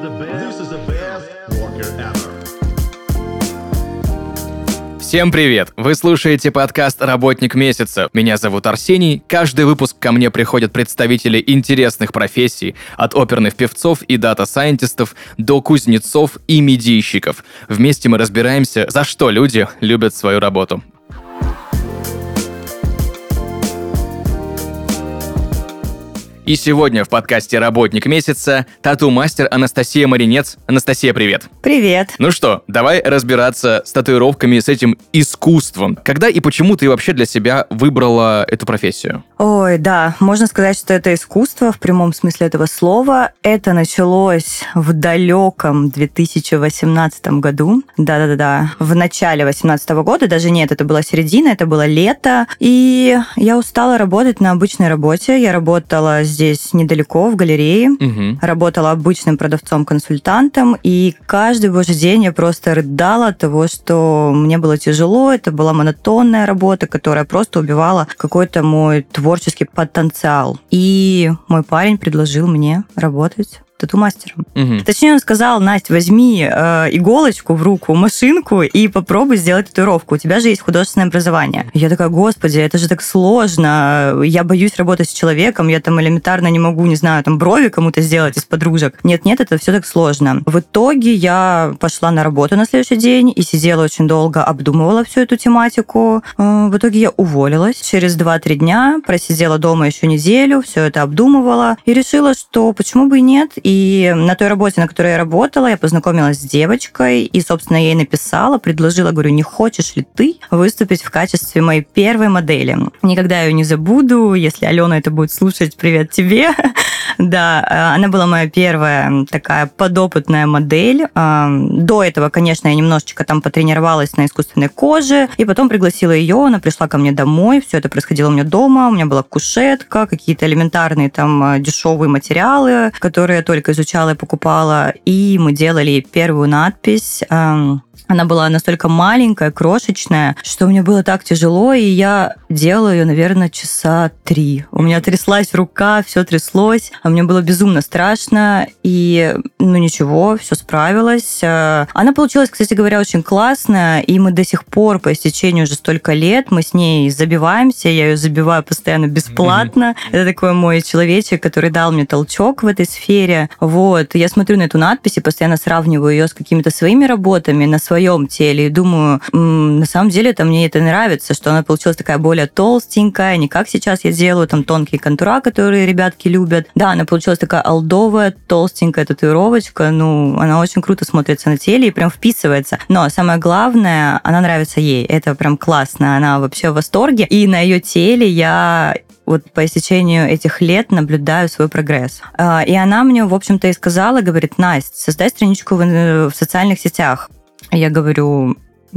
Всем привет! Вы слушаете подкаст «Работник месяца». Меня зовут Арсений. Каждый выпуск ко мне приходят представители интересных профессий, от оперных певцов и дата-сайентистов до кузнецов и медийщиков. Вместе мы разбираемся, за что люди любят свою работу. И сегодня в подкасте «Работник месяца» тату-мастер Анастасия Маринец. Анастасия, привет! Привет! Ну что, давай разбираться с татуировками, с этим искусством. Когда и почему ты вообще для себя выбрала эту профессию? Ой, да, можно сказать, что это искусство в прямом смысле этого слова. Это началось в далеком 2018 году. Да-да-да, в начале 2018 года, даже нет, это была середина, это было лето. И я устала работать на обычной работе. Я работала здесь недалеко, в галерее. Работала обычным продавцом-консультантом. И каждый божий день я просто рыдала от того, что мне было тяжело. Это была монотонная работа, которая просто убивала какой-то мой творческий потенциал. И мой парень предложил мне работать тату-мастером. Точнее, он сказал: Настя, возьми иголочку в руку, машинку и попробуй сделать татуировку. У тебя же есть художественное образование. Я такая: господи, это же так сложно. Я боюсь работать с человеком. Я там элементарно не могу, не знаю, там брови кому-то сделать из подружек. Нет, это все так сложно. В итоге я пошла на работу на следующий день и сидела очень долго, обдумывала всю эту тематику. В итоге я уволилась. Через 2-3 дня просидела дома еще неделю, все это обдумывала и решила, что почему бы и нет. И на той работе, на которой я работала, я познакомилась с девочкой и, собственно, ей написала, предложила, говорю: не хочешь ли ты выступить в качестве моей первой модели? Никогда ее не забуду. Если Алена это будет слушать, привет тебе. Да, она была моя первая такая подопытная модель. До этого, конечно, я немножечко там потренировалась на искусственной коже, и потом пригласила ее, она пришла ко мне домой, все это происходило у меня дома, у меня была кушетка, какие-то элементарные там дешевые материалы, которые я только изучала и покупала, и мы делали первую надпись. Она была настолько маленькая, крошечная, что мне было так тяжело, и я делала ее, наверное, часа 3. У меня тряслась рука, все тряслось, а мне было безумно страшно, и, ничего, все справилась. Она получилась, кстати говоря, очень классная, и мы до сих пор, по истечению уже столько лет, мы с ней забиваемся, я ее забиваю постоянно бесплатно. Это такой мой человечек, который дал мне толчок в этой сфере. Вот, я смотрю на эту надпись и постоянно сравниваю ее с какими-то своими работами на своем теле, и думаю, на самом деле это мне это нравится, что она получилась такая более толстенькая, не как сейчас я делаю, там тонкие контура, которые ребятки любят. Да, она получилась такая олдовая, толстенькая татуировочка, она очень круто смотрится на теле и прям вписывается. Но самое главное, она нравится ей, это прям классно, она вообще в восторге, и на ее теле я вот по истечению этих лет наблюдаю свой прогресс. И она мне, в общем-то, и сказала, говорит: Настя, создай страничку в социальных сетях. Я говорю: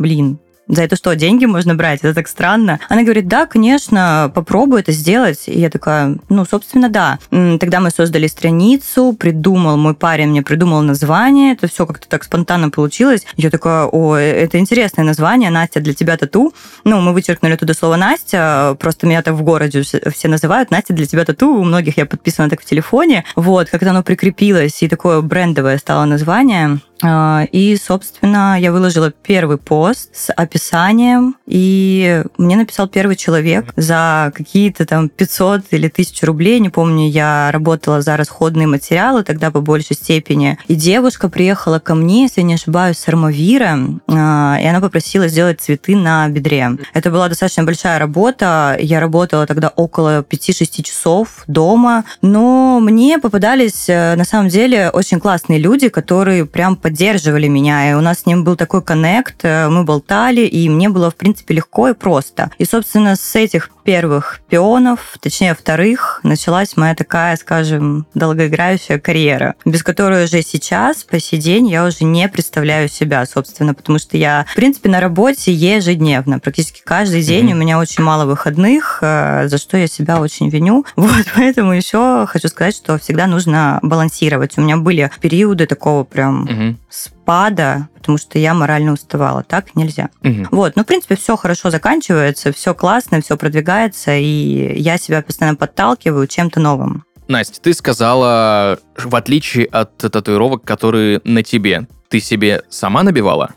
за это что, деньги можно брать? Это так странно. Она говорит: да, конечно, попробуй это сделать. И я такая: собственно, да. Тогда мы создали страницу, мой парень мне придумал название, это все как-то так спонтанно получилось. Я такая: о, это интересное название, Настя, для тебя тату. Мы вычеркнули туда слово Настя, просто меня так в городе все называют: Настя, для тебя тату. У многих я подписана так в телефоне. Вот, как-то оно прикрепилось, и такое брендовое стало название. И, собственно, я выложила первый пост с описанием, и мне написал первый человек за какие-то там 500 или 1000 рублей, не помню, я работала за расходные материалы тогда по большей степени. И девушка приехала ко мне, если не ошибаюсь, с Армавира, и она попросила сделать цветы на бедре. Это была достаточно большая работа, я работала тогда около 5-6 часов дома, но мне попадались, на самом деле, очень классные люди, которые прям поддерживали меня, и у нас с ним был такой коннект, мы болтали, и мне было, в принципе, легко и просто. И, собственно, с этих первых пионов, точнее, вторых, началась моя такая, скажем, долгоиграющая карьера, без которой уже сейчас, по сей день, я уже не представляю себя, собственно, потому что я, в принципе, на работе ежедневно, практически каждый день у меня очень мало выходных, за что я себя очень виню. Вот, поэтому еще хочу сказать, что всегда нужно балансировать. У меня были периоды такого прям спада, потому что я морально уставала. Так нельзя. Вот, в принципе, все хорошо заканчивается, все классно, все продвигается, и я себя постоянно подталкиваю чем-то новым. Настя, ты сказала, в отличие от татуировок, которые на тебе, ты себе сама набивала?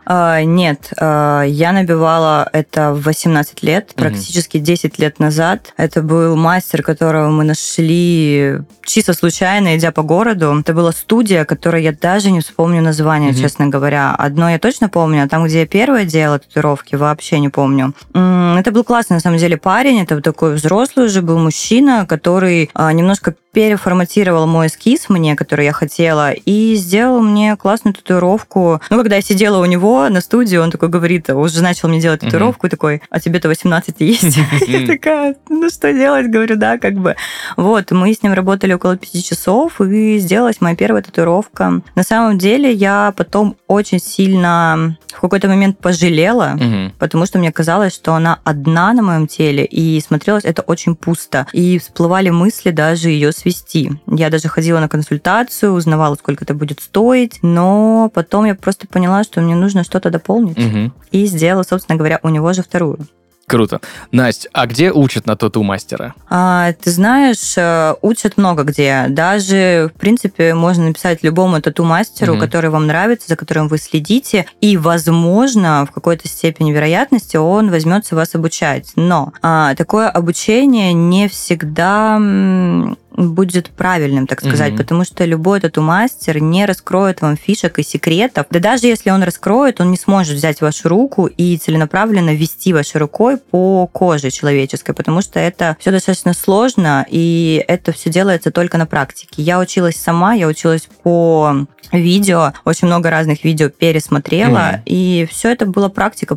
Нет, я набивала это в 18 лет, практически 10 лет назад. Это был мастер, которого мы нашли чисто случайно, идя по городу. Это была студия, которой я даже не вспомню название, честно говоря. Одно я точно помню, а там, где я первое делала татуировки, вообще не помню. Это был классный, на самом деле, парень. Это вот такой взрослый уже был мужчина, который немножко переформатировал мой эскиз мне, который я хотела, и сделал мне классную татуировку. Ну, когда я сидела у него на студии, он такой говорит, уже начал мне делать татуировку, и такой, а тебе-то 18 есть? Я такая, ну, что делать? Говорю, да, как бы. Вот, мы с ним работали около 5 часов, и сделалась моя первая татуировка. На самом деле, я потом очень сильно в какой-то момент пожалела, потому что мне казалось, что она одна на моем теле, и смотрелось это очень пусто. И всплывали мысли даже ее свести. Я даже ходила на консультацию, узнавала, сколько это будет стоить, но потом я просто поняла, что мне нужно что-то дополнить. И сделала, собственно говоря, у него же вторую. Круто. Настя, а где учат на тату-мастера? Ты знаешь, учат много где. Даже, в принципе, можно написать любому тату-мастеру, который вам нравится, за которым вы следите, и, возможно, в какой-то степени вероятности он возьмется вас обучать. Но такое обучение не всегда будет правильным, так сказать, потому что любой тату-мастер не раскроет вам фишек и секретов. Да даже если он раскроет, он не сможет взять вашу руку и целенаправленно вести вашей рукой по коже человеческой, потому что это все достаточно сложно, и это все делается только на практике. Я училась сама, я училась по видео, очень много разных видео пересмотрела, и все это было практика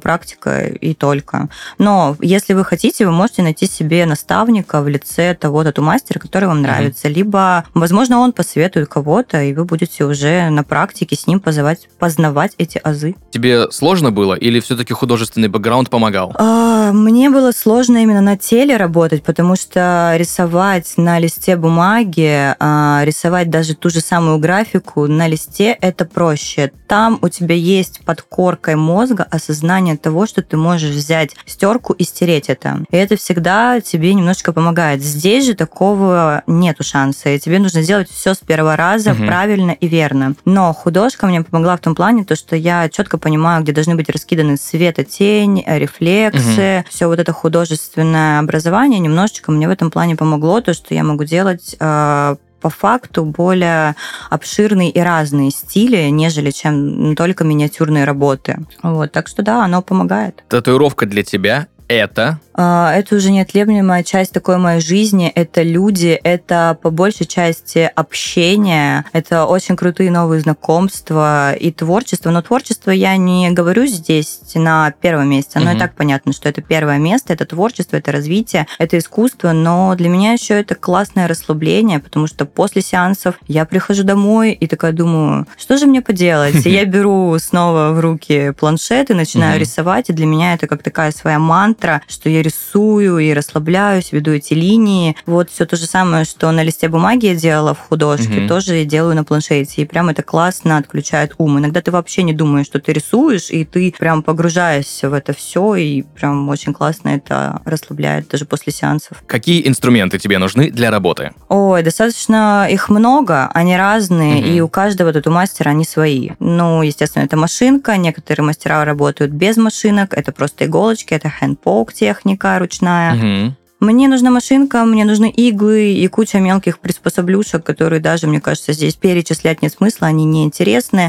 и только. Но если вы хотите, вы можете найти себе наставника в лице того тату-мастера, который вам нравится, либо, возможно, он посоветует кого-то, и вы будете уже на практике с ним познавать эти азы. Тебе сложно было или все-таки художественный бэкграунд помогал? Мне было сложно именно на теле работать, потому что рисовать на листе бумаги, рисовать даже ту же самую графику на листе, это проще. Там у тебя есть под коркой мозга осознание того, что ты можешь взять стерку и стереть это. И это всегда тебе немножечко помогает. Здесь же такого нету шанса, и тебе нужно сделать все с первого раза правильно и верно. Но художка мне помогла в том плане, то, что я четко понимаю, где должны быть раскиданы свет и тень, рефлексы, все вот это художественное образование немножечко мне в этом плане помогло, то, что я могу делать по факту более обширные и разные стили, нежели чем только миниатюрные работы. Вот, так что да, оно помогает. Татуировка для тебя это? Это уже неотъемлемая часть такой моей жизни. Это люди, это по большей части общение, это очень крутые новые знакомства и творчество. Но творчество я не говорю здесь на первом месте. Оно и так понятно, что это первое место, это творчество, это развитие, это искусство. Но для меня еще это классное расслабление, потому что после сеансов я прихожу домой и такая думаю, что же мне поделать? И я беру снова в руки планшет и начинаю рисовать, и для меня это как такая своя мантра, что я рисую и расслабляюсь, веду эти линии. Вот все то же самое, что на листе бумаги я делала в художке, тоже я делаю на планшете. И прям это классно отключает ум. Иногда ты вообще не думаешь, что ты рисуешь, и ты прям погружаешься в это все, и прям очень классно это расслабляет даже после сеансов. Какие инструменты тебе нужны для работы? Ой, достаточно их много, они разные, и у каждого тату-мастера они свои. Ну, естественно, это машинка, некоторые мастера работают без машинок, это просто иголочки, это hand-poke техника ручная. Мне нужна машинка, мне нужны иглы и куча мелких приспособлюшек, которые даже, мне кажется, здесь перечислять нет смысла, они неинтересны.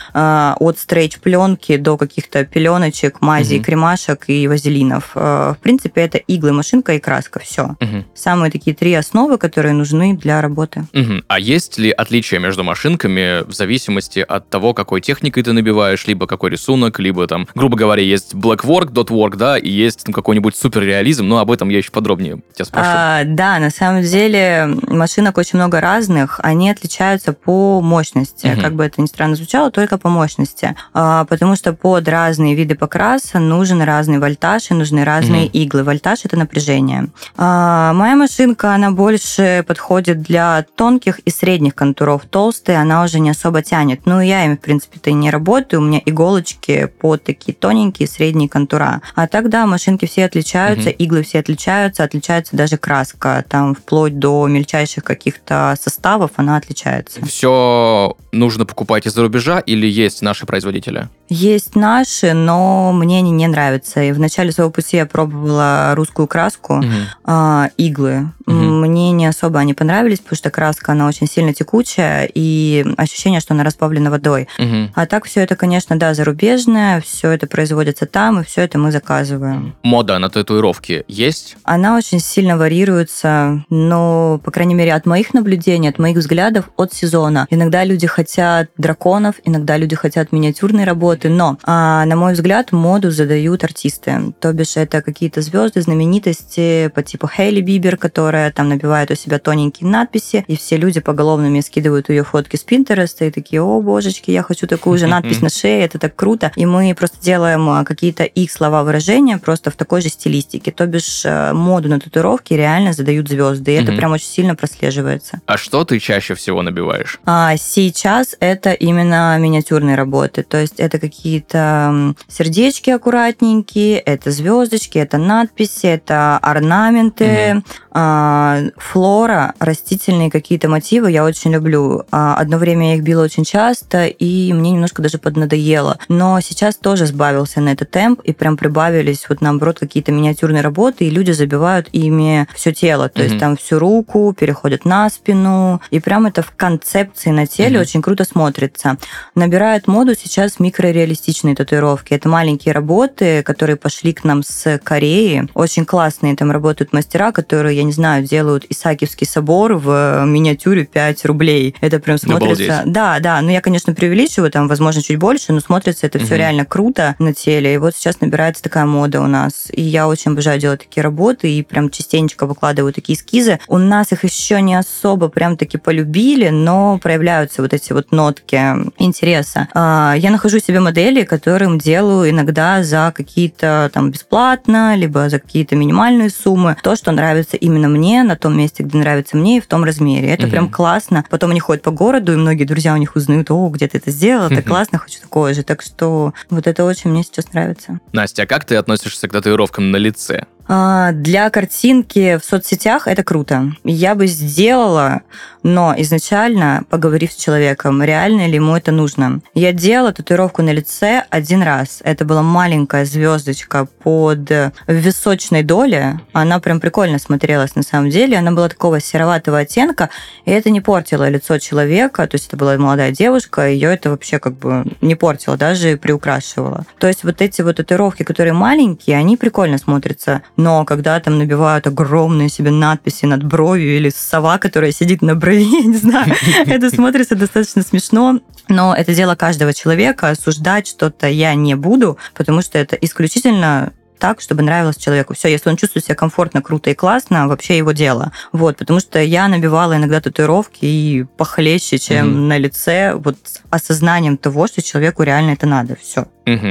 От стрейч-пленки до каких-то пеленочек, мазей, кремашек и вазелинов. В принципе, это иглы, машинка и краска, все. Самые такие 3 основы, которые нужны для работы. А есть ли отличия между машинками в зависимости от того, какой техникой ты набиваешь, либо какой рисунок, либо там, грубо говоря, есть blackwork, dotwork, да, и есть какой-нибудь суперреализм, но об этом я еще подробнее тебя спрошу. Да, на самом деле машинок очень много разных, они отличаются по мощности, как бы это ни странно звучало, только по мощности, потому что под разные виды покраса нужен разный вольтаж и нужны разные иглы. Вольтаж – это напряжение. Моя машинка, она больше подходит для тонких и средних контуров. Толстые она уже не особо тянет. Ну, я ими, в принципе-то, и не работаю, у меня иголочки под такие тоненькие средние контура. А так, да, машинки все отличаются, иглы все отличаются отличается даже краска. Там вплоть до мельчайших каких-то составов она отличается. Все нужно покупать из-за рубежа или есть наши производители? Есть наши, но мне они не нравятся. И в начале своего пути я пробовала русскую краску, иглы. Мне не особо они понравились, потому что краска, она очень сильно текучая, и ощущение, что она расплавлена водой. А так все это, конечно, да, зарубежное, все это производится там, и все это мы заказываем. Мода на татуировки есть? Она очень сильно варьируется, но, по крайней мере, от моих наблюдений, от моих взглядов, от сезона. Иногда люди хотят драконов, иногда люди хотят миниатюрной работы, но, на мой взгляд, моду задают артисты. То бишь, это какие-то звезды, знаменитости по типу Хейли Бибер, которая там набивает у себя тоненькие надписи, и все люди поголовно мне скидывают ее фотки с Пинтереста и такие: о, божечки, я хочу такую же надпись на шее, это так круто. И мы просто делаем какие-то их слова выражения просто в такой же стилистике. То бишь, моду на татуировки реально задают звезды, и это прям очень сильно прослеживается. А что ты чаще всего набиваешь? Сейчас это именно миниатюрные работы, то есть это какие-то сердечки аккуратненькие, это звездочки, это надписи, это орнаменты, флора, растительные какие-то мотивы я очень люблю. Одно время я их била очень часто, и мне немножко даже поднадоело. Но сейчас тоже сбавился на этот темп, и прям прибавились вот наоборот какие-то миниатюрные работы, и люди забивают ими все тело, то есть там всю руку, переходят на спину, и прям это в концепции на теле очень круто смотрится. Набирают моду сейчас микрореалистичные татуировки. Это маленькие работы, которые пошли к нам с Кореи. Очень классные там работают мастера, которые, я не знаю, делают Исаакиевский собор в миниатюре 5 рублей. Это прям смотрится... Обалдеть. Да, но я, конечно, преувеличиваю, там, возможно, чуть больше, но смотрится это все реально круто на теле. И вот сейчас набирается такая мода у нас. И я очень обожаю делать такие работы, и прям частенько выкладываю такие эскизы. У нас их еще не особо прям-таки полюбили, но проявляются вот эти вот нотки интереса. Я нахожу себе модели, которым делаю иногда за какие-то там бесплатно, либо за какие-то минимальные суммы. То, что нравится именно мне, на том месте, где нравится мне, и в том размере. Это прям классно. Потом они ходят по городу, и многие друзья у них узнают: о, где ты это сделала, это классно, хочу такое же. Так что вот это очень мне сейчас нравится. Настя, а как ты относишься к татуировкам на лице? Для картинки в соцсетях это круто. Я бы сделала, но изначально, поговорив с человеком, реально ли ему это нужно. Я делала татуировку на лице один раз. Это была маленькая звездочка под височной долей. Она прям прикольно смотрелась на самом деле. Она была такого сероватого оттенка, и это не портило лицо человека. То есть это была молодая девушка, ее это вообще как бы не портило, даже приукрашивало. То есть вот эти вот татуировки, которые маленькие, они прикольно смотрятся. Но когда там набивают огромные себе надписи над бровью или сова, которая сидит на брови, я не знаю, это смотрится достаточно смешно. Но это дело каждого человека. Осуждать что-то я не буду, потому что это исключительно так, чтобы нравилось человеку. Все, если он чувствует себя комфортно, круто и классно, вообще его дело. Вот, потому что я набивала иногда татуировки и похлеще, чем на лице, вот с осознанием того, что человеку реально это надо. Все.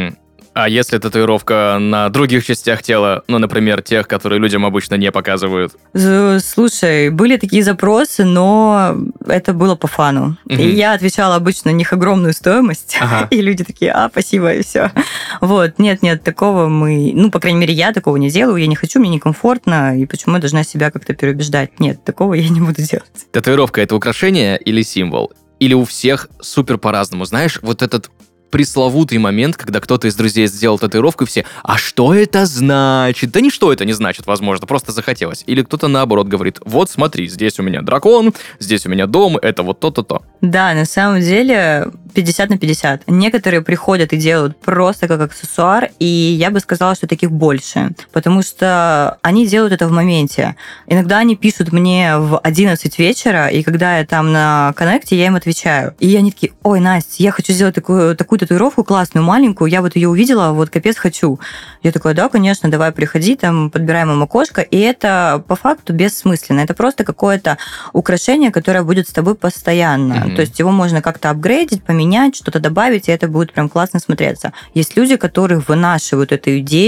А если татуировка на других частях тела, ну, например, тех, которые людям обычно не показывают? Слушай, были такие запросы, но это было по фану. И я отвечала обычно на них огромную стоимость, и люди такие: спасибо, и все. Вот, нет, такого мы... Ну, по крайней мере, я такого не делаю, я не хочу, мне некомфортно, и почему я должна себя как-то переубеждать? Нет, такого я не буду делать. Татуировка — это украшение или символ? Или у всех супер по-разному? Знаешь, вот этот пресловутый момент, когда кто-то из друзей сделал татуировку, и все: а что это значит? Да ничто это не значит, возможно, просто захотелось. Или кто-то наоборот говорит: вот смотри, здесь у меня дракон, здесь у меня дом, это вот то-то-то. Да, на самом деле 50 на 50. Некоторые приходят и делают просто как аксессуар, и я бы сказала, что таких больше, потому что они делают это в моменте. Иногда они пишут мне в 11 вечера, и когда я там на коннекте, я им отвечаю. И они такие: ой, Настя, я хочу сделать такую татуировку классную, маленькую, я вот ее увидела, вот капец хочу. Я такая: да, конечно, давай приходи, там подбираем им окошко, и это по факту бессмысленно. Это просто какое-то украшение, которое будет с тобой постоянно. То есть его можно как-то апгрейдить, поменять, что-то добавить, и это будет прям классно смотреться. Есть люди, которые вынашивают эту идею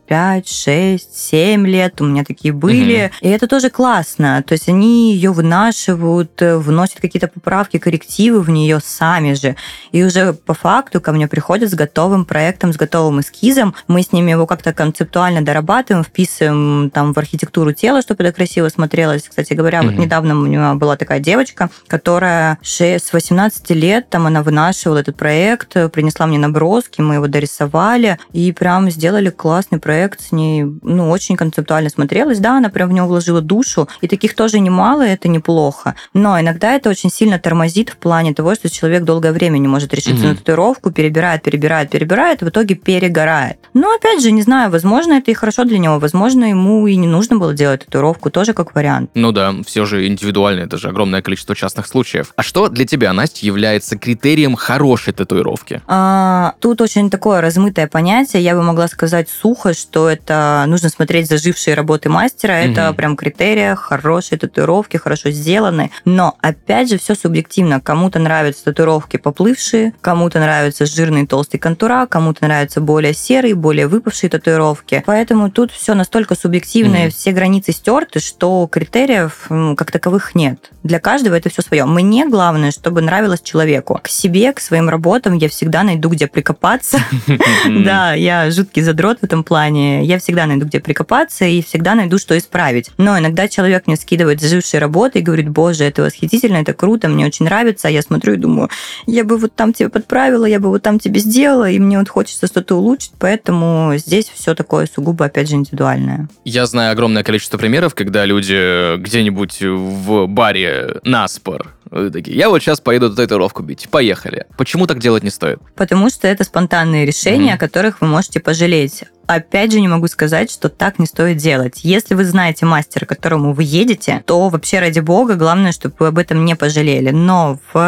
5, 6, 7 лет, у меня такие были. И это тоже классно. То есть они ее вынашивают, вносят какие-то поправки, коррективы в нее сами же. И уже по факту ко мне приходят с готовым проектом, с готовым эскизом. Мы с ними его как-то концептуально дорабатываем, вписываем там в архитектуру тела, чтобы это красиво смотрелось. Кстати говоря, вот недавно у меня была такая девочка, которая с 18 лет, там она вынашивала этот проект, принесла мне наброски, мы его дорисовали, и прям сделали классный проект с ней, очень концептуально смотрелась. Да, она прям в него вложила душу, и таких тоже немало, и это неплохо. Но иногда это очень сильно тормозит в плане того, что человек долгое время не может решиться на татуировку, перебирает, и в итоге перегорает. Но опять же, не знаю, возможно, это и хорошо для него, возможно, ему и не нужно было делать татуировку, тоже как вариант. Ну да, все же индивидуально, это же огромное количество частных случаев. А что для тебя, Настя, является критерием хорошей татуировки? Тут очень такое размытое понятие. Я бы могла сказать сухо, что это нужно смотреть зажившие работы мастера. Это прям критерия хорошей татуировки, хорошо сделанной. Но, опять же, все субъективно. Кому-то нравятся татуировки поплывшие, кому-то нравятся жирные толстые контура, кому-то нравятся более серые, более выпавшие татуировки. Поэтому тут все настолько субъективно, и все границы стерты, что критериев как таковых нет. Для каждого это все свое. Мне главное, чтобы нравилось человеку. К себе, к своим работам я всегда найду, где прикопаться. Да, я жуткий задрот в этом плане. Я всегда найду, где прикопаться, и всегда найду, что исправить. Но иногда человек мне скидывает зажившие работы и говорит: боже, это восхитительно, это круто, мне очень нравится. А я смотрю и думаю: я бы вот там тебе подправила, я бы вот там тебе сделала, и мне вот хочется что-то улучшить, поэтому здесь все такое сугубо, опять же, индивидуальное. Я знаю огромное количество примеров, когда люди где-нибудь в баре наспор такие: я вот сейчас поеду татуировку бить, поехали. Почему так делать не стоит? Потому что это спонтанные решения, о которых вы можете пожалеть. Опять же, не могу сказать, что так не стоит делать. Если вы знаете мастера, к которому вы едете, то вообще, ради бога, главное, чтобы вы об этом не пожалели. Но в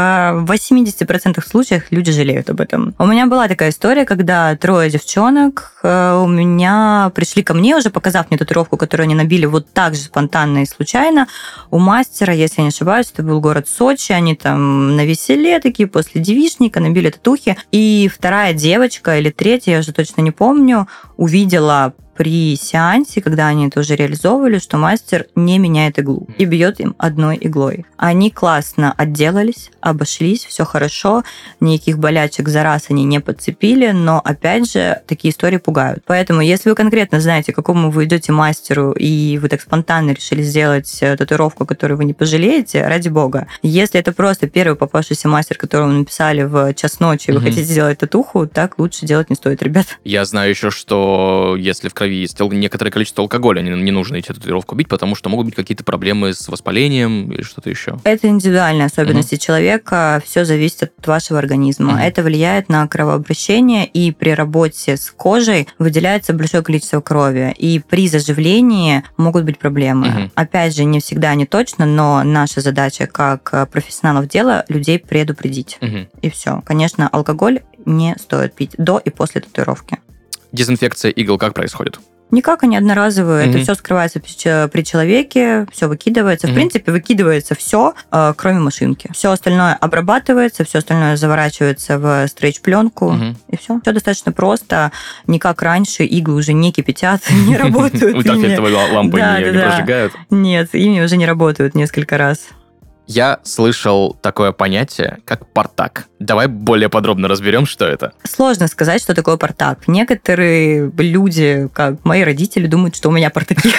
80% случаев люди жалеют об этом. У меня была такая история, когда 3 девчонок у меня пришли ко мне, уже показав мне татуировку, которую они набили вот так же спонтанно и случайно. У мастера, если я не ошибаюсь, это был город Сочи, они там на веселе такие, после девичника набили татухи. И 2 девочка или 3, я уже точно не помню, увидела при сеансе, когда они это уже реализовывали, что мастер не меняет иглу и бьет им одной иглой. Они классно отделались, обошлись, все хорошо, никаких болячек за раз они не подцепили, но, опять же, такие истории пугают. Поэтому, если вы конкретно знаете, к какому вы идете мастеру, и вы так спонтанно решили сделать татуировку, которую вы не пожалеете, ради бога. Если это просто первый попавшийся мастер, которому написали в час ночи, и вы хотите сделать татуху, так лучше делать не стоит, ребят. Я знаю еще, что если в крови есть некоторое количество алкоголя, не нужно идти татуировку бить, потому что могут быть какие-то проблемы с воспалением или что-то еще. Это индивидуальные особенности человека, все зависит от вашего организма. Это влияет на кровообращение, и при работе с кожей выделяется большое количество крови, и при заживлении могут быть проблемы. Опять же, не всегда, не точно, но наша задача как профессионалов дела людей предупредить. И все. Конечно, алкоголь не стоит пить до и после татуировки. Дезинфекция игл как происходит? Никак, они одноразовые. Это все скрывается при человеке, все выкидывается. В принципе, выкидывается все, кроме машинки. Все остальное обрабатывается, все остальное заворачивается в стрейч-пленку, и все. Все достаточно просто. Не как раньше, иглы уже не кипятят, не работают. Ультрафиолетовые лампы не прожигают? Нет, ими уже не работают несколько раз. Я слышал такое понятие, как партак. Давай более подробно разберем, что это. Сложно сказать, что такое партак. Некоторые люди, как мои родители, думают, что у меня партаки.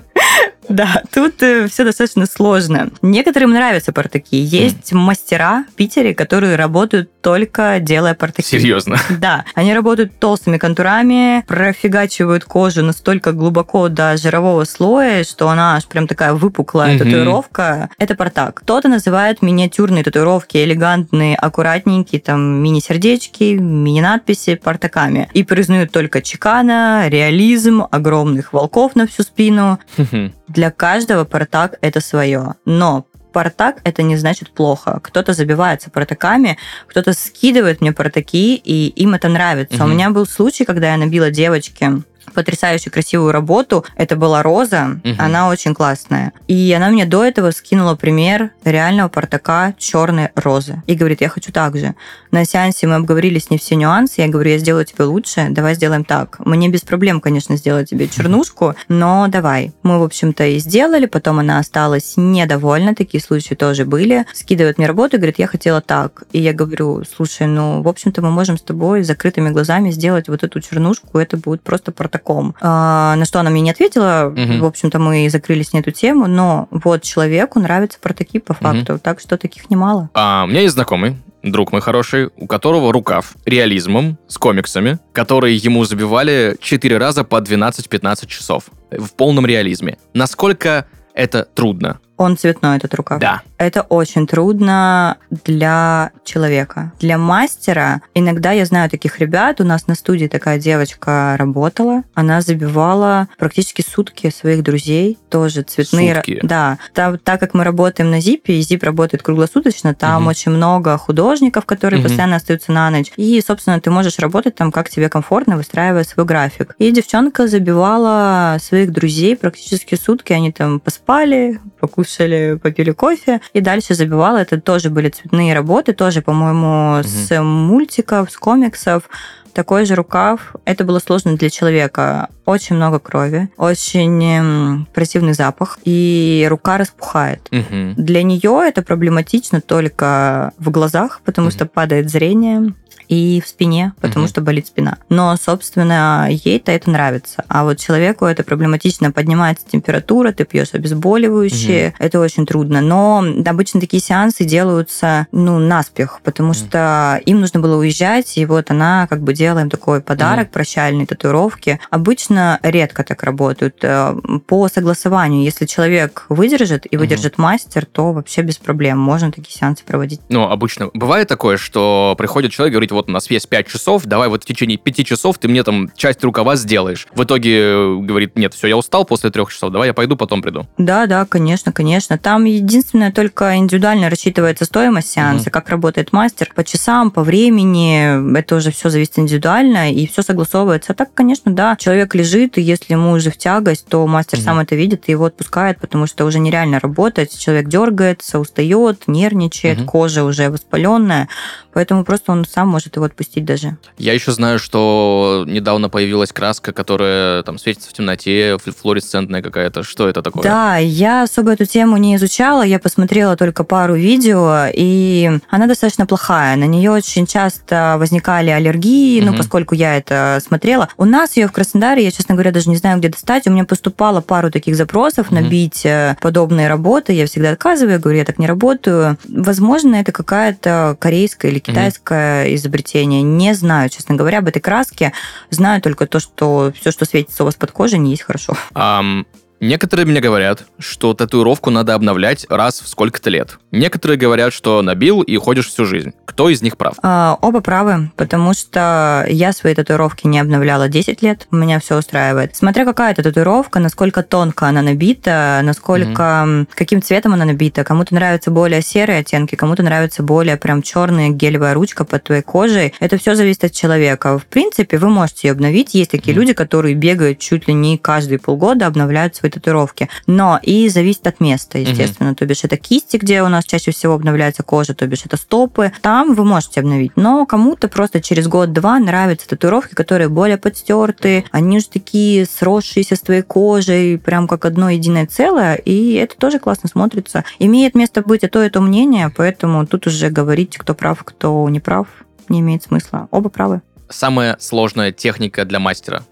Да, тут все достаточно сложно. Некоторым нравятся партаки. Есть мастера в Питере, которые работают только делая партаки. Серьезно? Да. Они работают толстыми контурами, профигачивают кожу настолько глубоко до жирового слоя, что она аж прям такая выпуклая татуировка. Это партак. Кто-то называет миниатюрные татуировки, элегантные, аккуратненькие, там, мини-сердечки, мини-надписи партаками. И признают только чекана, реализм, огромных волков на всю спину. Для каждого партак это свое. Но партак это не значит плохо. Кто-то забивается партаками, кто-то скидывает мне партаки, и им это нравится. У меня был случай, когда я набила девочке потрясающе красивую работу. Это была роза, она очень классная. И она мне до этого скинула пример реального портака черной розы. И говорит, я хочу так же. На сеансе мы обговорили с ней все нюансы. Я говорю, я сделаю тебе лучше, давай сделаем так. Мне без проблем, конечно, сделать тебе чернушку, но давай. Мы, в общем-то, и сделали. Потом она осталась недовольна. Такие случаи тоже были. Скидывает мне работу и говорит, я хотела так. И я говорю, слушай, в общем-то, мы можем с тобой с закрытыми глазами сделать вот эту чернушку, это будет просто портаком. На что она мне не ответила. В общем-то, мы закрыли с ней эту тему, но вот человеку нравятся портаки по факту, так что таких немало. У меня есть знакомый, друг мой хороший, у которого рукав реализмом с комиксами, которые ему забивали 4 раза по 12-15 часов в полном реализме. Насколько это трудно? Он цветной, этот рукав. Да. Это очень трудно для человека. Для мастера, иногда я знаю таких ребят, у нас на студии такая девочка работала, она забивала практически сутки своих друзей, тоже цветные. Сутки? Да. Так как мы работаем на ЗИПе, и ЗИП работает круглосуточно, там очень много художников, которые постоянно остаются на ночь. И, собственно, ты можешь работать там, как тебе комфортно, выстраивая свой график. И девчонка забивала своих друзей практически сутки, они там поспали, покушали, попили кофе, и дальше забивала. Это тоже были цветные работы, тоже, по-моему, с мультиков, с комиксов. Такой же рукав. Это было сложно для человека. Очень много крови, очень противный запах, и рука распухает. Для нее это проблематично только в глазах, потому что падает зрение, и в спине, потому что болит спина. Но, собственно, ей-то это нравится. А вот человеку это проблематично. Поднимается температура, ты пьешь обезболивающие. Это очень трудно. Но обычно такие сеансы делаются, наспех, потому что им нужно было уезжать, и вот она как бы делала им такой подарок, прощальные татуировки. Обычно редко так работают. По согласованию, если человек выдержит, и выдержит мастер, то вообще без проблем. Можно такие сеансы проводить. Обычно бывает такое, что приходит человек и говорит, вот у нас есть 5 часов, давай вот в течение 5 часов ты мне там часть рукава сделаешь. В итоге говорит, нет, все, я устал после 3 часов, давай я пойду, потом приду. Да, конечно. Там единственное, только индивидуально рассчитывается стоимость сеанса, как работает мастер, по часам, по времени, это уже все зависит индивидуально, и все согласовывается. А так, конечно, да, человек лежит, и если ему уже в тягость, то мастер сам это видит и его отпускает, потому что уже нереально работать, человек дергается, устает, нервничает, кожа уже воспаленная, поэтому просто он сам может его отпустить даже. Я еще знаю, что недавно появилась краска, которая там светится в темноте, флуоресцентная какая-то. Что это такое? Да, я особо эту тему не изучала, я посмотрела только пару видео, и она достаточно плохая. На нее очень часто возникали аллергии, поскольку я это смотрела. У нас ее в Краснодаре, я, честно говоря, даже не знаю, где достать. У меня поступало пару таких запросов набить подобные работы. Я всегда отказываю, говорю, я так не работаю. Возможно, это какая-то корейская или китайское изобретение. Не знаю, честно говоря, об этой краске. Знаю только то, что все, что светится у вас под кожей, не есть хорошо. Некоторые мне говорят, что татуировку надо обновлять раз в сколько-то лет. Некоторые говорят, что набил и ходишь всю жизнь. Кто из них прав? Оба правы, потому что я свои татуировки не обновляла 10 лет, меня все устраивает. Смотря какая это татуировка, насколько тонко она набита, насколько каким цветом она набита. Кому-то нравятся более серые оттенки, кому-то нравятся более прям черные, гелевая ручка под твоей кожей. Это все зависит от человека. В принципе, вы можете ее обновить. Есть такие люди, которые бегают чуть ли не каждые полгода, обновляют свои татуировки. Но и зависит от места, естественно. То бишь это кисти, где у нас чаще всего обновляется кожа, то бишь это стопы. Там вы можете обновить. Но кому-то просто через год-два нравятся татуировки, которые более подстертые, они уже такие сросшиеся с твоей кожей, прям как одно единое целое, и это тоже классно смотрится. Имеет место быть и то мнение, поэтому тут уже говорить, кто прав, кто не прав, не имеет смысла. Оба правы. Самая сложная техника для мастера?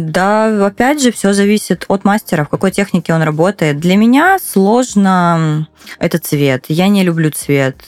Да, опять же, все зависит от мастера, в какой технике он работает. Для меня сложно это цвет. Я не люблю цвет.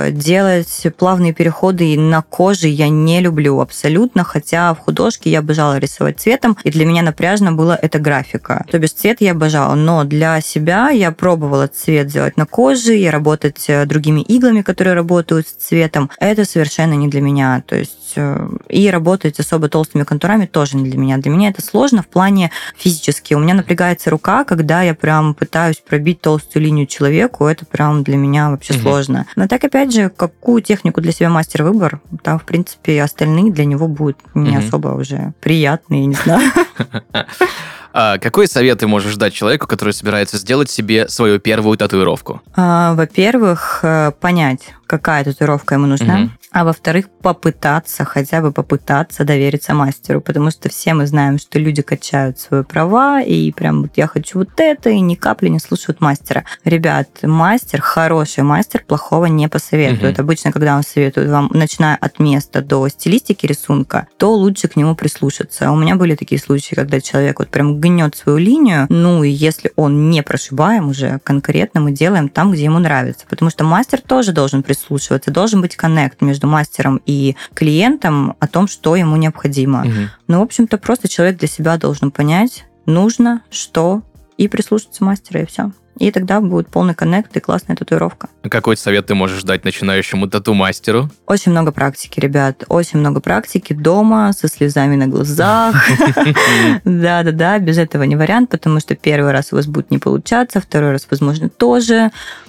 Делать плавные переходы на коже я не люблю абсолютно, хотя в художке я обожала рисовать цветом, и для меня напряжно была эта графика. То бишь цвет я обожала, но для себя я пробовала цвет сделать на коже, и работать другими иглами, которые работают с цветом. Это совершенно не для меня. То есть и работать работать особо толстыми контурами тоже не для меня. Для меня это сложно в плане физически. У меня напрягается рука, когда я прям пытаюсь пробить толстую линию человеку, это прям для меня вообще сложно. Но так, опять же, какую технику для себя мастер выбор, там, в принципе, остальные для него будут не особо уже приятные, я не знаю. Какой совет ты можешь дать человеку, который собирается сделать себе свою первую татуировку? Во-первых, понять, какая татуировка ему нужна, а во-вторых, хотя бы попытаться довериться мастеру, потому что все мы знаем, что люди качают свои права, и прям вот я хочу вот это, и ни капли не слушают мастера. Ребят, мастер, хороший мастер, плохого не посоветует. Обычно, когда он советует вам, начиная от места до стилистики рисунка, то лучше к нему прислушаться. У меня были такие случаи, когда человек вот прям гнет свою линию, ну и если он не прошибаем уже, конкретно мы делаем там, где ему нравится, потому что мастер тоже должен прислушиваться, должен быть коннект между мастером и клиентом о том, что ему необходимо. Ну, в общем-то, просто человек для себя должен понять, нужно, что, и прислушаться мастера, и все. И тогда будет полный коннект и классная татуировка. Какой совет ты можешь дать начинающему тату-мастеру? Очень много практики, ребят. Очень много практики дома, со слезами на глазах. Да-да-да, без этого не вариант, потому что первый раз у вас будет не получаться, второй раз, возможно, тоже.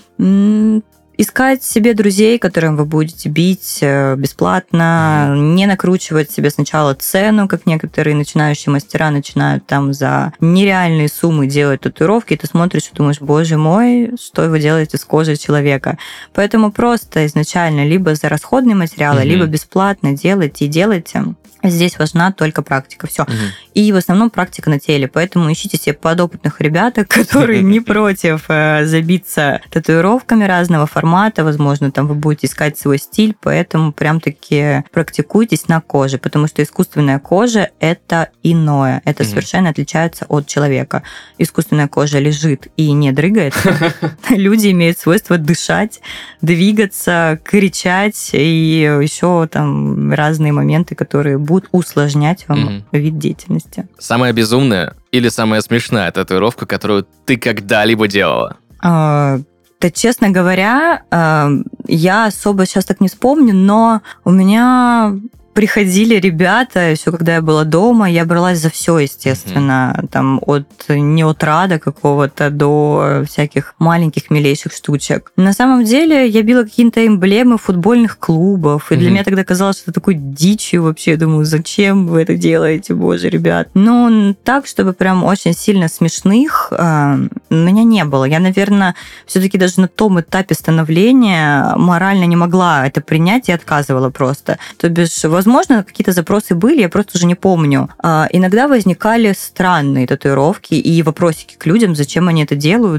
Искать себе друзей, которым вы будете бить бесплатно, не накручивать себе сначала цену, как некоторые начинающие мастера начинают там за нереальные суммы делать татуировки, и ты смотришь и думаешь, боже мой, что вы делаете с кожей человека. Поэтому просто изначально либо за расходные материалы, либо бесплатно делайте и делайте. Здесь важна только практика, все. И в основном практика на теле, поэтому ищите себе подопытных ребяток, которые не против забиться татуировками разного формата, возможно, там вы будете искать свой стиль, поэтому прям-таки практикуйтесь на коже, потому что искусственная кожа – это иное, это совершенно отличается от человека. Искусственная кожа лежит и не дрыгается. Люди имеют свойство дышать, двигаться, кричать, и еще там разные моменты, которые будут усложнять вам вид деятельности. Самая безумная или самая смешная татуировка, которую ты когда-либо делала? Да, честно говоря, я особо сейчас так не вспомню, но у меня приходили ребята, еще когда я была дома, я бралась за все, естественно, там от неотрада какого-то до всяких маленьких милейших штучек. На самом деле я била какие-то эмблемы футбольных клубов, и для меня тогда казалось, что это такой дичью вообще. Я думаю, зачем вы это делаете, боже, ребят. Но так, чтобы прям очень сильно смешных, у меня не было. Я, наверное, все-таки даже на том этапе становления морально не могла это принять и отказывала просто. То бишь, возможно, какие-то запросы были, я просто уже не помню. Иногда возникали странные татуировки и вопросики к людям, зачем они это делают,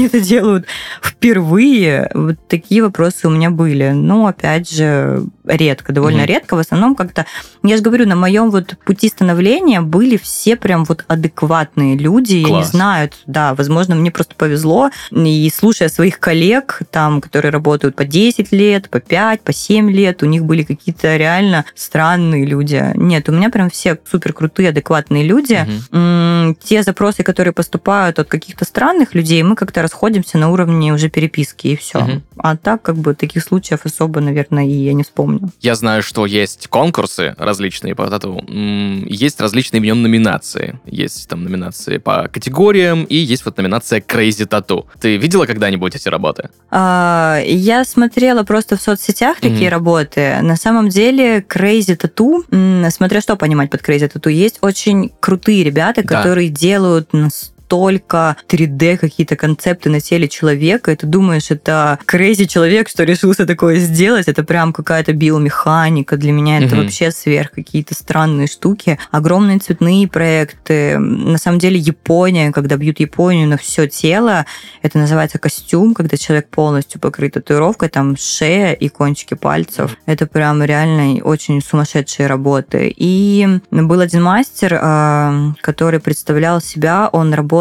впервые. Вот такие вопросы у меня были. Но, опять же, редко, довольно редко. В основном как-то, я же говорю, на моем вот пути становления были все прям вот адекватные люди. Класс. Я не знаю, да, возможно, мне просто повезло. И слушая своих коллег, там, которые работают по 10 лет, по 5, по 7 лет, у них были какие-то реально странные люди. Нет, у меня прям все супер крутые, адекватные люди. Те запросы, которые поступают от каких-то странных людей, мы как-то расходимся на уровне уже переписки, и все. А так, как бы, таких случаев особо, наверное, и я не вспомню. Я знаю, что есть конкурсы различные по тату. Есть различные в нем номинации. Есть там номинации по категориям, и есть вот номинация Crazy Tattoo. Ты видела когда-нибудь эти работы? Я смотрела просто в соцсетях такие работы. На самом деле, Crazy Tattoo, смотря что понимать под Crazy Tattoo, есть очень крутые ребята, которые делают только 3D какие-то концепты на теле человека, и ты думаешь, это crazy человек, что решился такое сделать, это прям какая-то биомеханика, для меня это вообще сверх какие-то странные штуки, огромные цветные проекты, на самом деле Япония, когда бьют Японию на все тело, это называется костюм, когда человек полностью покрыт татуировкой, там шея и кончики пальцев, это прям реально очень сумасшедшие работы. И был один мастер, который представлял себя, он работал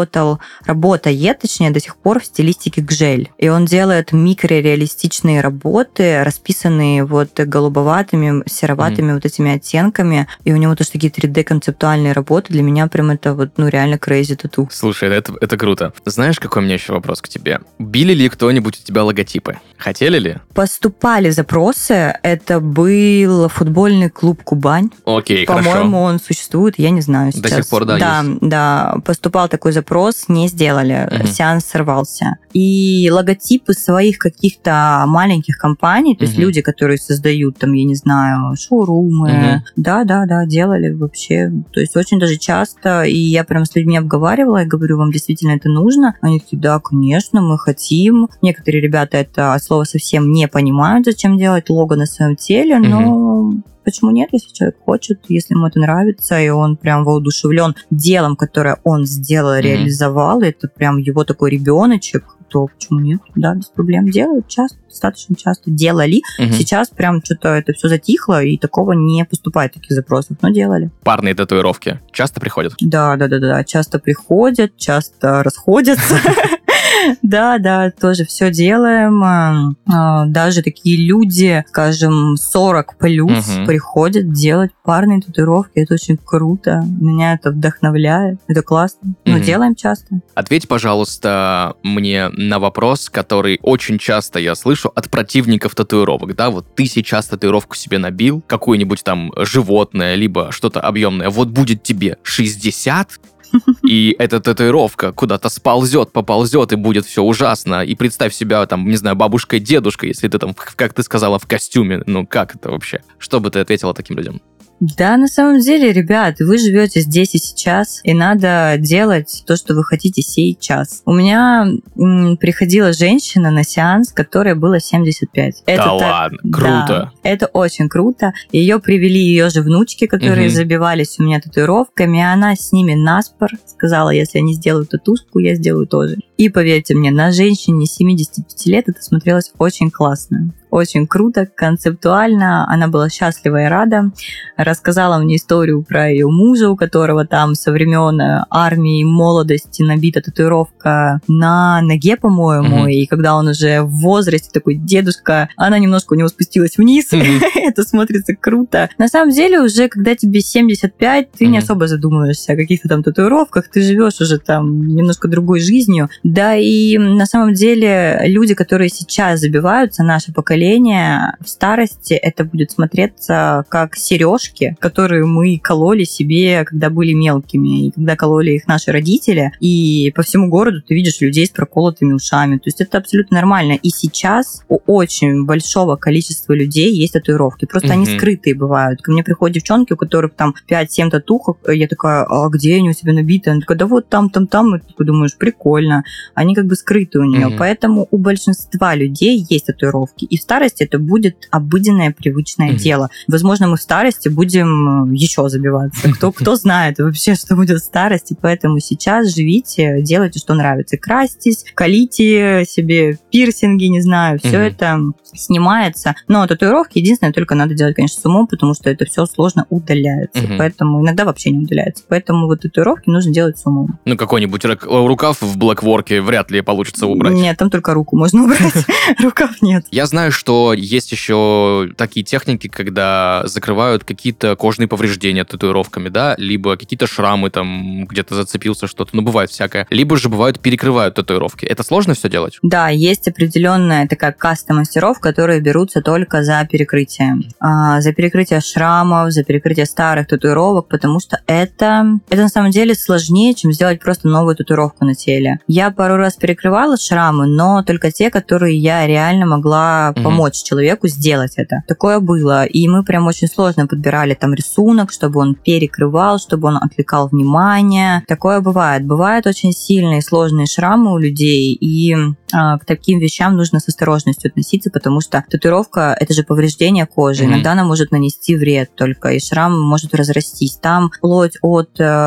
работает, точнее, до сих пор в стилистике гжель. И он делает микрореалистичные работы, расписанные вот голубоватыми, сероватыми вот этими оттенками. И у него тоже такие 3D-концептуальные работы. Для меня прям это вот, ну, реально crazy тату. Слушай, это круто. Знаешь, какой у меня еще вопрос к тебе? Били ли кто-нибудь у тебя логотипы? Хотели ли? Поступали запросы. Это был футбольный клуб «Кубань». Окей, По-моему, хорошо. он существует, я не знаю сейчас. До сих пор, да, есть. Да, поступал такой запрос, не сделали, сеанс сорвался. И логотипы своих каких-то маленьких компаний, то есть люди, которые создают там, я не знаю, шоурумы, да, делали вообще. То есть очень даже часто, и я прям с людьми обговаривала, и говорю, вам действительно это нужно? Они такие, да, конечно, мы хотим. Некоторые ребята это слово совсем не понимают, зачем делать лого на своем теле, но почему нет, если человек хочет, если ему это нравится, и он прям воодушевлен делом, которое он сделал, реализовал, это прям его такой ребеночек, то почему нет? Да, без проблем делают часто, достаточно часто. Делали. Сейчас прям что-то это все затихло, и такого не поступает, таких запросов, но делали. Парные татуировки часто приходят? Да, часто приходят, часто расходятся. Да, тоже все делаем. Даже такие люди, скажем, 40 плюс приходят делать парные татуировки. Это очень круто. Меня это вдохновляет. Это классно. Но делаем часто. Ответь, пожалуйста, мне на вопрос, который очень часто я слышу от противников татуировок. Да, вот ты сейчас татуировку себе набил, какое-нибудь там животное, либо что-то объемное. Вот будет тебе 60, и эта татуировка куда-то поползет, и будет все ужасно. И представь себя, там, не знаю, бабушкой, дедушкой, если ты там, как ты сказала, в костюме. Ну, как это вообще? Что бы ты ответила таким людям? Да, на самом деле, ребят, вы живете здесь и сейчас, и надо делать то, что вы хотите сейчас. У меня приходила женщина на сеанс, которой было 75. Ладно, круто. Да, это очень круто. Ее привели ее же внучки, которые забивались у меня татуировками, и она с ними наспор сказала, если они сделают татушку, я сделаю тоже. И поверьте мне, на женщине 75 лет это смотрелось очень классно. Очень круто, концептуально. Она была счастлива и рада. Рассказала мне историю про ее мужа, у которого там со времен армии, молодости набита татуировка на ноге, по-моему. И когда он уже в возрасте, такой дедушка, она немножко у него спустилась вниз. Это смотрится круто. На самом деле уже, когда тебе 75, ты не особо задумываешься о каких-то там татуировках. Ты живешь уже там немножко другой жизнью. Да, и на самом деле люди, которые сейчас забиваются, наше поколение, в старости это будет смотреться как сережки, которые мы кололи себе, когда были мелкими, и когда кололи их наши родители. И по всему городу ты видишь людей с проколотыми ушами. То есть это абсолютно нормально. И сейчас у очень большого количества людей есть татуировки. Просто они скрытые бывают. Ко мне приходят девчонки, у которых там 5-7 татухов. Я такая, а где они у тебя набиты? Она такая, да вот там. И ты думаешь, прикольно. Они как бы скрыты у нее. Поэтому у большинства людей есть татуировки. И в старости это будет обыденное, привычное дело. Возможно, мы в старости будем еще забиваться. Кто знает вообще, что будет в старости. Поэтому сейчас живите, делайте, что нравится. Красьтесь, колите себе пирсинги, не знаю. Все это снимается. Но татуировки единственное, только надо делать, конечно, с умом, потому что это все сложно удаляется. Поэтому иногда вообще не удаляется. Поэтому вот татуировки нужно делать с умом. Ну, какой-нибудь рукав в блэкворке вряд ли получится убрать. Нет, там только руку можно убрать. Рукав нет. Я знаю, что есть еще такие техники, когда закрывают какие-то кожные повреждения татуировками, да, либо какие-то шрамы там, где-то зацепился что-то, ну, бывает всякое. Либо же бывают перекрывают татуировки. Это сложно все делать? Да, есть определенная такая кастомастировка, которые берутся только за перекрытие. За перекрытие шрамов, за перекрытие старых татуировок, потому что это на самом деле сложнее, чем сделать просто новую татуировку на теле. Я пару раз перекрывала шрамы, но только те, которые я реально могла помочь человеку сделать это. Такое было. И мы прям очень сложно подбирали там рисунок, чтобы он перекрывал, чтобы он отвлекал внимание. Такое бывает. Бывают очень сильные сложные шрамы у людей, и к таким вещам нужно с осторожностью относиться, потому что татуировка – это же повреждение кожи. Иногда она может нанести вред только, и шрам может разрастись. Там вплоть от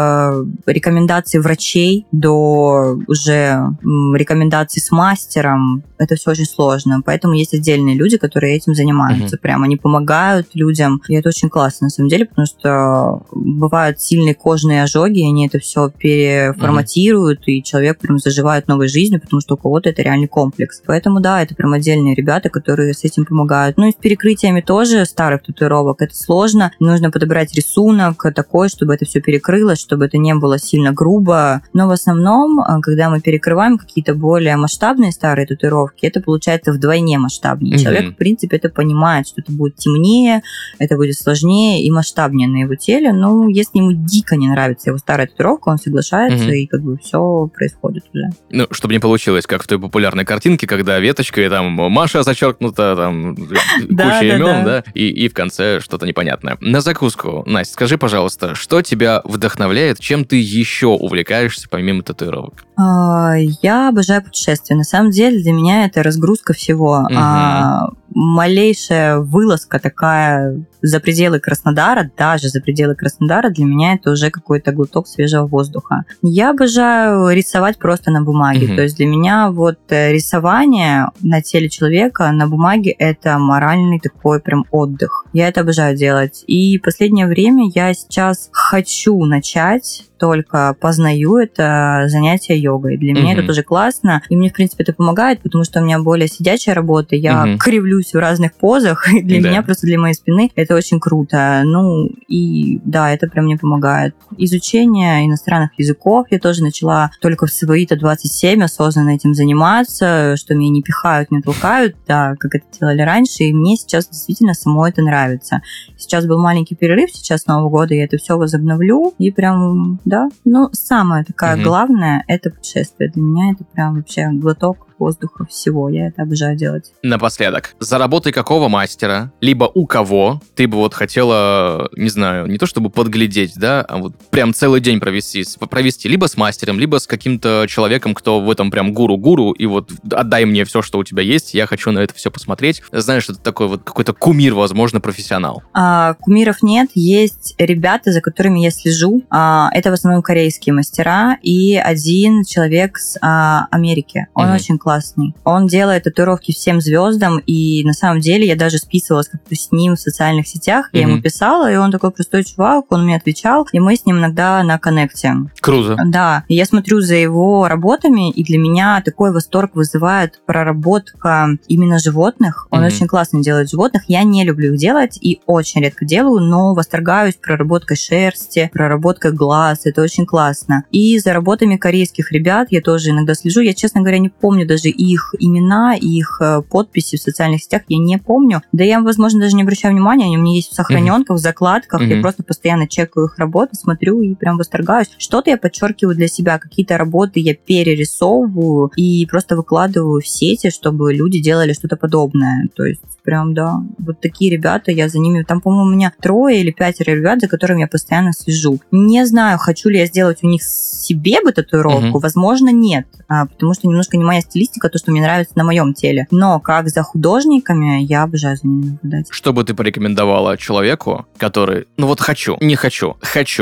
рекомендаций врачей до уже рекомендаций с мастером. Это все очень сложно. Поэтому есть отдельные отдельные люди, которые этим занимаются. Прям они помогают людям, и это очень классно, на самом деле, потому что бывают сильные кожные ожоги, и они это все переформатируют, и человек прям заживает новой жизнью, потому что у кого-то это реальный комплекс. Поэтому, да, это прям отдельные ребята, которые с этим помогают. Ну и с перекрытиями тоже старых татуировок. Это сложно. Нужно подобрать рисунок такой, чтобы это все перекрылось, чтобы это не было сильно грубо. Но в основном, когда мы перекрываем какие-то более масштабные старые татуировки, это получается вдвойне масштабнее. Человек, в принципе, это понимает, что это будет темнее, это будет сложнее и масштабнее на его теле. Но если ему дико не нравится его старая татуировка, он соглашается, и как бы все происходит уже. Ну, чтобы не получилось, как в той популярной картинке, когда веточка, и там Маша зачеркнута, там куча имен, да, и в конце что-то непонятное. На закуску, Настя, скажи, пожалуйста, что тебя вдохновляет, чем ты еще увлекаешься помимо татуировок? Я обожаю путешествия. На самом деле для меня это разгрузка всего. Малейшая вылазка такая за пределы Краснодара, даже за пределы Краснодара, для меня это уже какой-то глоток свежего воздуха. Я обожаю рисовать просто на бумаге. То есть для меня вот рисование на теле человека на бумаге — это моральный такой прям отдых. Я это обожаю делать. И последнее время я сейчас хочу начать, только познаю это занятие йогой. Для меня это тоже классно. И мне, в принципе, это помогает, потому что у меня более сидячая работа. Я кривлюсь в разных позах. И для меня, просто для моей спины, это очень круто. Ну, и да, это прям мне помогает. Изучение иностранных языков я тоже начала только в свои-то 27 осознанно этим заниматься, что меня не пихают, не толкают, да, как это делали раньше. И мне сейчас действительно самой это нравится. Сейчас был маленький перерыв, сейчас с Нового года я это все возобновлю. И прям, да. Ну, самое такое главное — это путешествие. Для меня это прям вообще глоток воздуха всего. Я это обожаю делать. Напоследок, за работой какого мастера, либо у кого ты бы вот хотела, не знаю, не то чтобы подглядеть, да, а вот прям целый день провести либо с мастером, либо с каким-то человеком, кто в этом прям гуру-гуру, и вот отдай мне все, что у тебя есть, я хочу на это все посмотреть. Знаешь, что это такой вот какой-то кумир, возможно, профессионал. Кумиров нет, есть ребята, за которыми я слежу. Это в основном корейские мастера и один человек с Америки. Он очень классный. Он делает татуировки всем звездам, и на самом деле я даже списывалась как-то с ним в социальных сетях. Я ему писала, и он такой простой чувак, он мне отвечал, и мы с ним иногда на коннекте. Круто. Да. И я смотрю за его работами, и для меня такой восторг вызывает проработка именно животных. Он очень классно делает животных. Я не люблю их делать и очень редко делаю, но восторгаюсь проработкой шерсти, проработкой глаз. Это очень классно. И за работами корейских ребят я тоже иногда слежу. Я, честно говоря, не помню даже их имена, их подписи в социальных сетях, я не помню. Да я, возможно, даже не обращаю внимания, они у меня есть в сохраненках, в закладках, я просто постоянно чекаю их работы, смотрю и прям восторгаюсь. Что-то я подчеркиваю для себя, какие-то работы я перерисовываю и просто выкладываю в сети, чтобы люди делали что-то подобное. То есть прям, да, вот такие ребята, я за ними, там, по-моему, у меня 3 или 5 ребят, за которыми я постоянно слежу. Не знаю, хочу ли я сделать у них себе бы татуировку, возможно, нет, потому что немножко не моя стилистика, то, что мне нравится на моем теле. Но как за художниками, я обожаю за ними наблюдать. Что бы ты порекомендовала человеку, который, ну вот хочу, не хочу,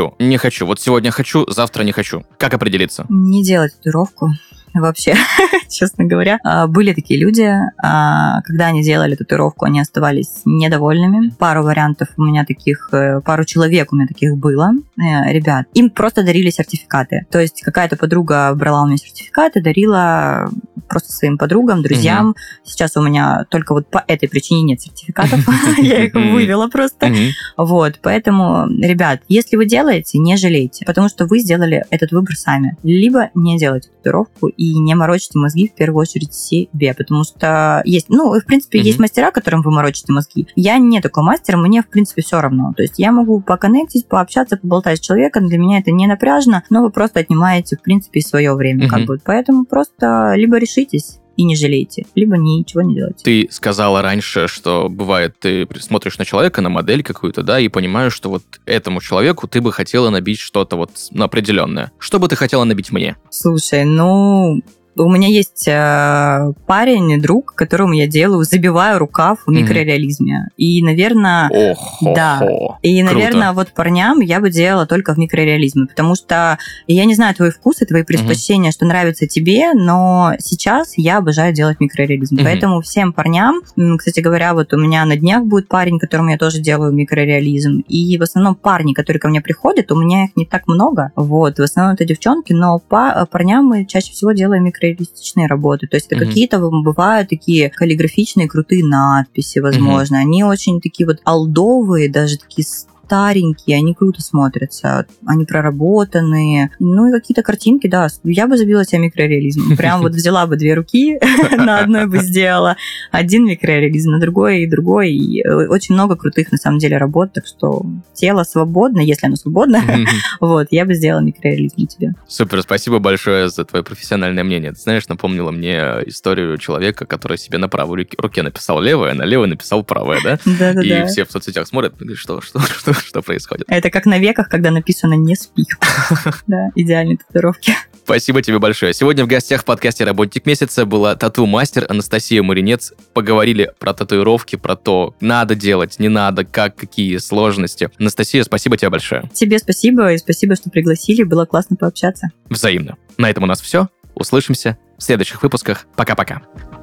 вот сегодня хочу, завтра не хочу? Как определиться? Не делать татуировку. Вообще, честно говоря. Были такие люди, когда они делали татуировку, они оставались недовольными. Пару вариантов у меня таких, пару человек у меня таких было. Ребят, им просто дарили сертификаты. То есть какая-то подруга брала у меня сертификаты, дарила просто своим подругам, друзьям. Сейчас у меня только вот по этой причине нет сертификатов. Я их вывела просто. Вот, поэтому, ребят, если вы делаете, не жалейте, потому что вы сделали этот выбор сами. Либо не делайте татуировку и не морочите мозги в первую очередь себе, потому что есть, ну, в принципе, есть мастера, которым вы морочите мозги. Я не такой мастер, мне, в принципе, все равно. То есть я могу поконнектить, пообщаться, поболтать с человеком, для меня это не напряжно, но вы просто отнимаете, в принципе, свое время, как бы. Поэтому просто либо решитесь и не жалейте, либо ничего не делайте. Ты сказала раньше, что бывает, ты смотришь на человека, на модель какую-то, да, и понимаешь, что вот этому человеку ты бы хотела набить что-то вот определенное. Что бы ты хотела набить мне? Слушай, ну, У меня есть парень, друг, которому я забиваю рукав в микрореализме. И, наверное... Да. И, наверное, вот парням я бы делала только в микрореализме, потому что я не знаю твой вкус и твои предпочтения, что нравится тебе, но сейчас я обожаю делать микрореализм. Поэтому всем парням, кстати говоря, вот у меня на днях будет парень, которому я тоже делаю микрореализм. И в основном парни, которые ко мне приходят, у меня их не так много. Вот, в основном это девчонки, но парням мы чаще всего делаем микрореалистичные работы. То есть это какие-то бывают такие каллиграфичные, крутые надписи, возможно. Они очень такие вот олдовые, даже такие старенькие, они круто смотрятся, они проработанные. Ну и какие-то картинки, да, я бы забила себе микрореализм. Прям вот взяла бы 2 руки, на одной бы сделала один микрореализм, на другой и другой. И очень много крутых, на самом деле, работ, так что тело свободно, если оно свободно, вот, я бы сделала микрореализм тебе. Супер, спасибо большое за твое профессиональное мнение. Ты знаешь, напомнила мне историю человека, который себе на правой руке написал левое, а на левой написал правое, да? Да-да-да. И все в соцсетях смотрят, говорят, что происходит. Это как на веках, когда написано «не спи». Да, идеальные татуировки. Спасибо тебе большое. Сегодня в гостях в подкасте «Работник месяца» была тату-мастер Анастасия Маринец. Поговорили про татуировки, про то, надо делать, не надо, какие сложности. Анастасия, спасибо тебе большое. Тебе спасибо, и спасибо, что пригласили. Было классно пообщаться. Взаимно. На этом у нас все. Услышимся в следующих выпусках. Пока-пока.